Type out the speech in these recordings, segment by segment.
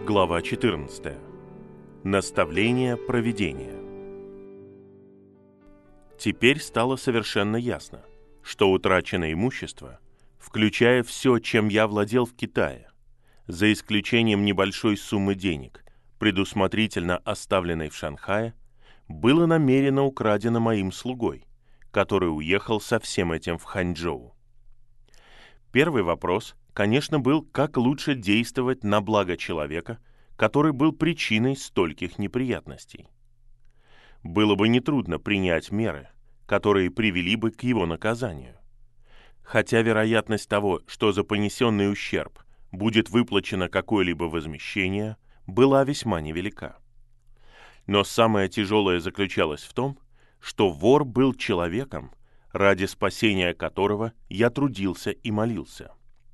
Глава 14. Наставление провидения. Теперь стало совершенно ясно, что утраченное имущество, включая все, чем я владел в Китае, за исключением небольшой суммы денег, предусмотрительно оставленной в Шанхае, было намеренно украдено моим слугой, который уехал со всем этим в Ханчжоу. Первый вопрос, конечно, был, как лучше действовать на благо человека, который был причиной стольких неприятностей. Было бы нетрудно принять меры, которые привели бы к его наказанию. Хотя вероятность того, что за понесенный ущерб будет выплачено какое-либо возмещение, была весьма невелика. Но самое тяжелое заключалось в том, что вор был человеком, ради спасения которого я трудился и молился.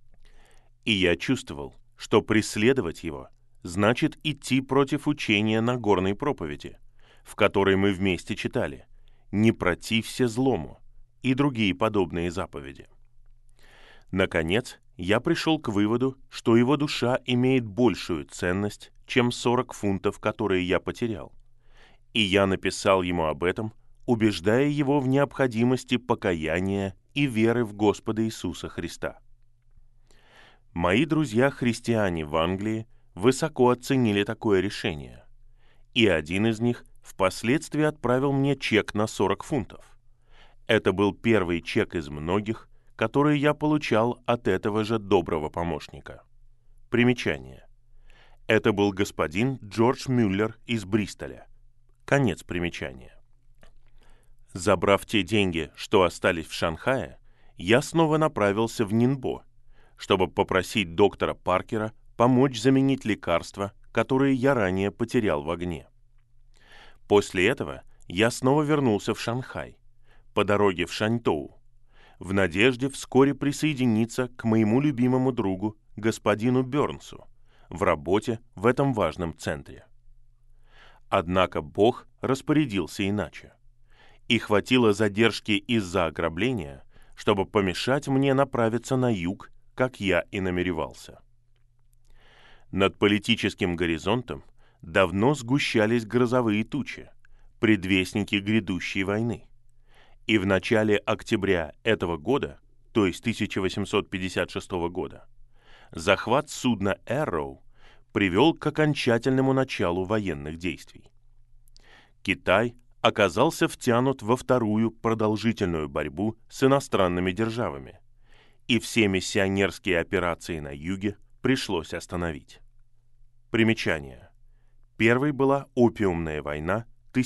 И я чувствовал, что преследовать его значит идти против учения Нагорной проповеди, в которой мы вместе читали «Не протився злому» и другие подобные заповеди. Наконец, я пришел к выводу, что его душа имеет большую ценность, чем 40 фунтов, которые я потерял. И я написал ему об этом, убеждая его в необходимости покаяния и веры в Господа Иисуса Христа. Мои друзья-христиане в Англии высоко оценили такое решение, и один из них впоследствии отправил мне чек на 40 фунтов. Это был первый чек из многих, которые я получал от этого же доброго помощника. Примечание. Это был господин Джордж Мюллер из Бристоля. Конец примечания. Забрав те деньги, что остались в Шанхае, я снова направился в Нинбо, чтобы попросить доктора Паркера помочь заменить лекарства, которые я ранее потерял в огне. После этого я снова вернулся в Шанхай, по дороге в Шаньтоу, в надежде вскоре присоединиться к моему любимому другу, господину Бёрнсу, в работе в этом важном центре. Однако Бог распорядился иначе, и хватило задержки из-за ограбления, чтобы помешать мне направиться на юг, как я и намеревался. Над политическим горизонтом давно сгущались грозовые тучи, предвестники грядущей войны. И в начале октября этого года, то есть 1856 года, захват судна «Эрроу» привел к окончательному началу военных действий. Китай оказался втянут во вторую продолжительную борьбу с иностранными державами, и все миссионерские операции на юге пришлось остановить. Примечание. Первой была опиумная война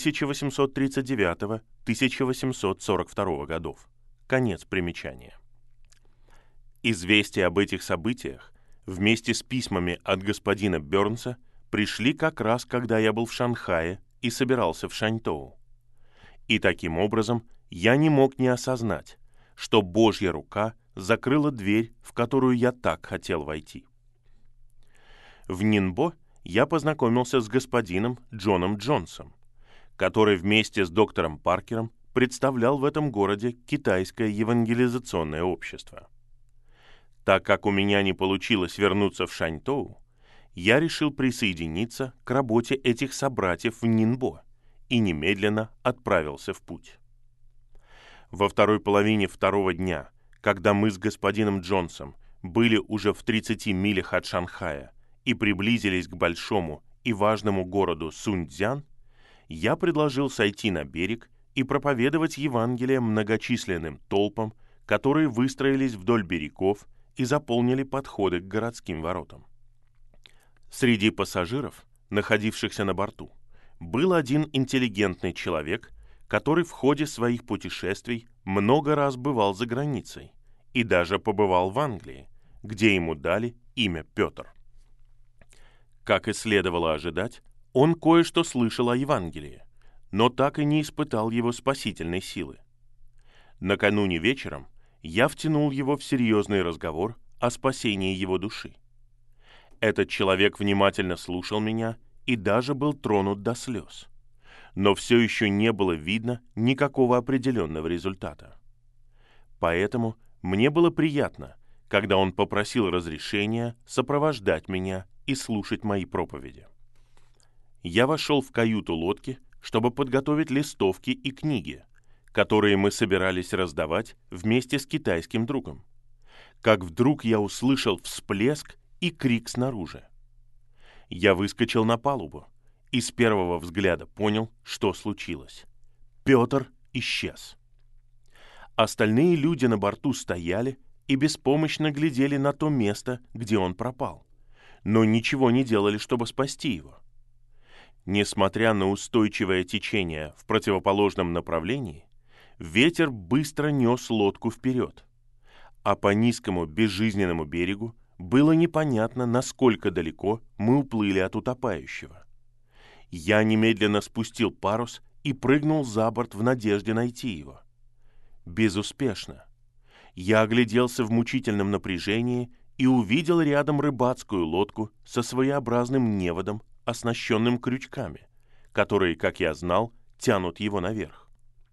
1839-1842 годов. Конец примечания. Известия об этих событиях вместе с письмами от господина Бёрнса пришли как раз, когда я был в Шанхае и собирался в Шаньтоу. И таким образом я не мог не осознать, что Божья рука закрыла дверь, в которую я так хотел войти. В Нинбо я познакомился с господином Джоном Джонсом, который вместе с доктором Паркером представлял в этом городе китайское евангелизационное общество. Так как у меня не получилось вернуться в Шаньтоу, я решил присоединиться к работе этих собратьев в Нинбо и немедленно отправился в путь. Во второй половине второго дня, когда мы с господином Джонсом были уже в 30 милях от Шанхая и приблизились к большому и важному городу Суньцзян, я предложил сойти на берег и проповедовать Евангелие многочисленным толпам, которые выстроились вдоль берегов и заполнили подходы к городским воротам. Среди пассажиров, находившихся на борту, был один интеллигентный человек, который в ходе своих путешествий много раз бывал за границей и даже побывал в Англии, где ему дали имя Петр. Как и следовало ожидать, он кое-что слышал о Евангелии, но так и не испытал его спасительной силы. Накануне вечером я втянул его в серьезный разговор о спасении его души. Этот человек внимательно слушал меня и даже был тронут до слез, но все еще не было видно никакого определенного результата. Поэтому мне было приятно, когда он попросил разрешения сопровождать меня и слушать мои проповеди. Я вошел в каюту лодки, чтобы подготовить листовки и книги, которые мы собирались раздавать вместе с китайским другом. Как вдруг я услышал всплеск и крик снаружи. Я выскочил на палубу и с первого взгляда понял, что случилось. Петр исчез. Остальные люди на борту стояли и беспомощно глядели на то место, где он пропал, но ничего не делали, чтобы спасти его. Несмотря на устойчивое течение в противоположном направлении, ветер быстро нес лодку вперед, а по низкому безжизненному берегу было непонятно, насколько далеко мы уплыли от утопающего. Я немедленно спустил парус и прыгнул за борт в надежде найти его. Безуспешно. Я огляделся в мучительном напряжении и увидел рядом рыбацкую лодку со своеобразным неводом, оснащенным крючками, которые, как я знал, тянут его наверх.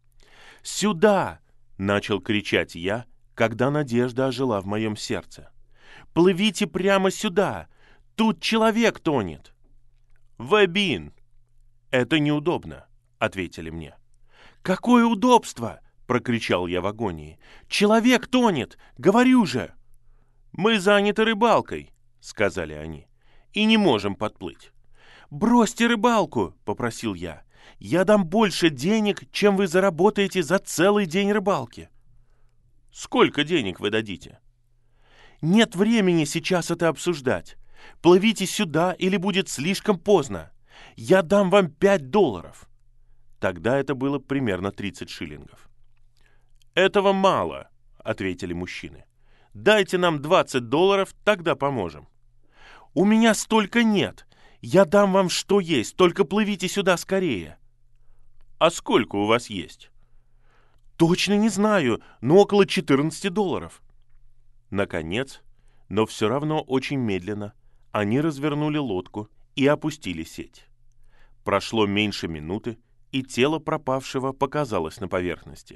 «Сюда!» — начал кричать я, когда надежда ожила в моем сердце. «Плывите прямо сюда! Тут человек тонет!» «Вабин!» «Это неудобно», — ответили мне. «Какое удобство!» — прокричал я в агонии. «Человек тонет! Говорю же!» «Мы заняты рыбалкой», — сказали они, — «и не можем подплыть». «Бросьте рыбалку», — попросил я. «Я дам больше денег, чем вы заработаете за целый день рыбалки». «Сколько денег вы дадите?» «Нет времени сейчас это обсуждать. Плывите сюда, или будет слишком поздно. Я дам вам $5. Тогда это было примерно 30 шиллингов. «Этого мало», — ответили мужчины. «Дайте нам $20, тогда поможем». «У меня столько нет. Я дам вам что есть, только плывите сюда скорее». «А сколько у вас есть?» «Точно не знаю, но около $14». Наконец, но все равно очень медленно, они развернули лодку и опустили сеть. Прошло меньше минуты, и тело пропавшего показалось на поверхности.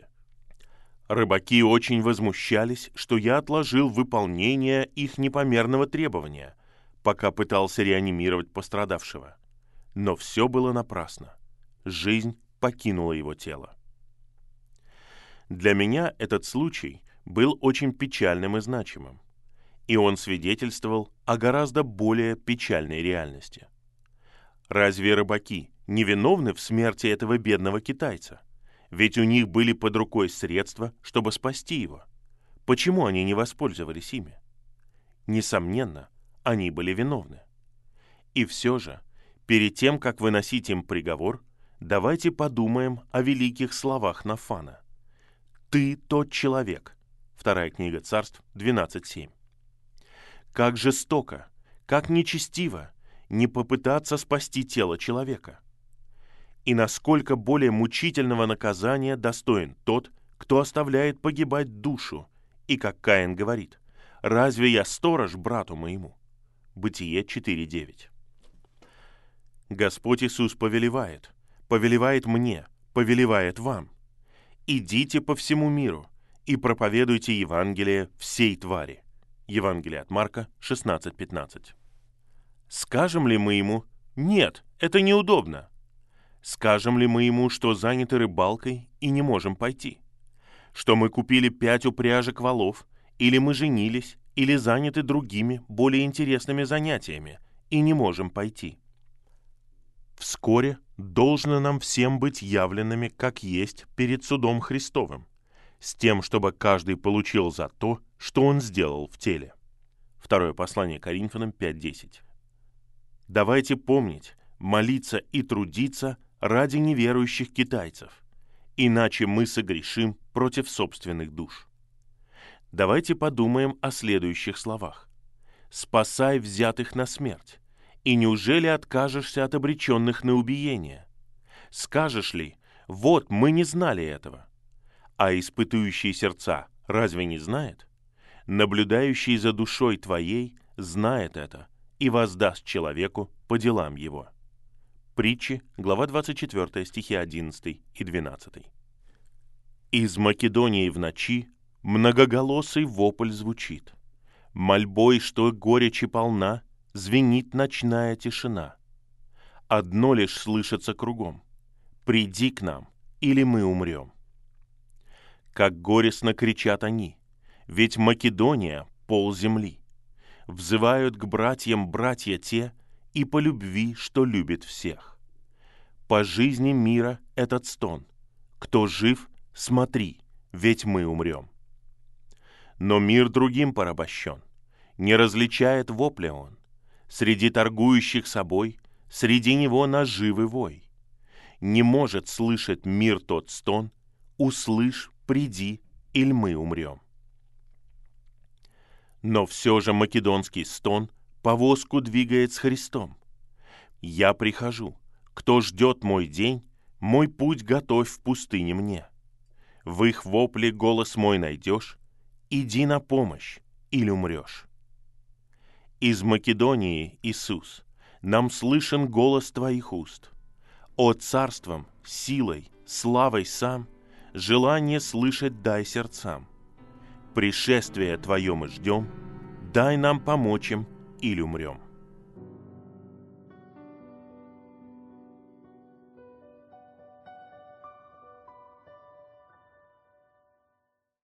Рыбаки очень возмущались, что я отложил выполнение их непомерного требования, пока пытался реанимировать пострадавшего. Но все было напрасно. Жизнь покинула его тело. Для меня этот случай был очень печальным и значимым, и он свидетельствовал о гораздо более печальной реальности. Разве рыбаки не виновны в смерти этого бедного китайца? Ведь у них были под рукой средства, чтобы спасти его. Почему они не воспользовались ими? Несомненно, они были виновны. И все же, перед тем, как выносить им приговор, давайте подумаем о великих словах Нафана. «Ты тот человек». Вторая книга Царств, 12:7. Как жестоко, как нечестиво не попытаться спасти тело человека. И насколько более мучительного наказания достоин тот, кто оставляет погибать душу, и, как Каин говорит, «Разве я сторож брату моему?» Бытие 4:9. Господь Иисус повелевает мне, повелевает вам. «Идите по всему миру и проповедуйте Евангелие всей твари». Евангелие от Марка 16:15. Скажем ли мы ему: «Нет, это неудобно»? Скажем ли мы ему, что заняты рыбалкой и не можем пойти? Что мы купили 5 упряжек валов, или мы женились, или заняты другими, более интересными занятиями и не можем пойти? Вскоре должно нам всем быть явленными, как есть, перед судом Христовым, с тем, чтобы каждый получил за то, что он сделал в теле. Второе послание Коринфянам 5:10. Давайте помнить, молиться и трудиться ради неверующих китайцев, иначе мы согрешим против собственных душ. Давайте подумаем о следующих словах. «Спасай взятых на смерть, и неужели откажешься от обреченных на убиение? Скажешь ли: вот мы не знали этого? А испытующий сердца разве не знает? Наблюдающий за душой твоей знает это и воздаст человеку по делам его». Притчи, глава 24, стихи 11 и 12. Из Македонии в ночи многоголосый вопль звучит. Мольбой, что горечи полна, звенит ночная тишина. Одно лишь слышится кругом: приди к нам, или мы умрем. Как горестно кричат они, ведь Македония — пол земли. Взывают к братьям братья те, и по любви, что любит всех. По жизни мира этот стон: кто жив, смотри, ведь мы умрем. Но мир другим порабощен, не различает вопля он. Среди торгующих собой, среди него наживы вой. Не может слышать мир тот стон: услышь, приди, иль мы умрем. Но все же македонский стон повозку двигает с Христом. Я прихожу, кто ждет мой день, мой путь готовь в пустыне мне. В их вопле голос мой найдешь: иди на помощь, или умрешь. Из Македонии, Иисус, нам слышен голос Твоих уст. О царством, силой, славой сам, желание слышать дай сердцам. Пришествие Твое мы ждем, дай нам помочь им, или умрем.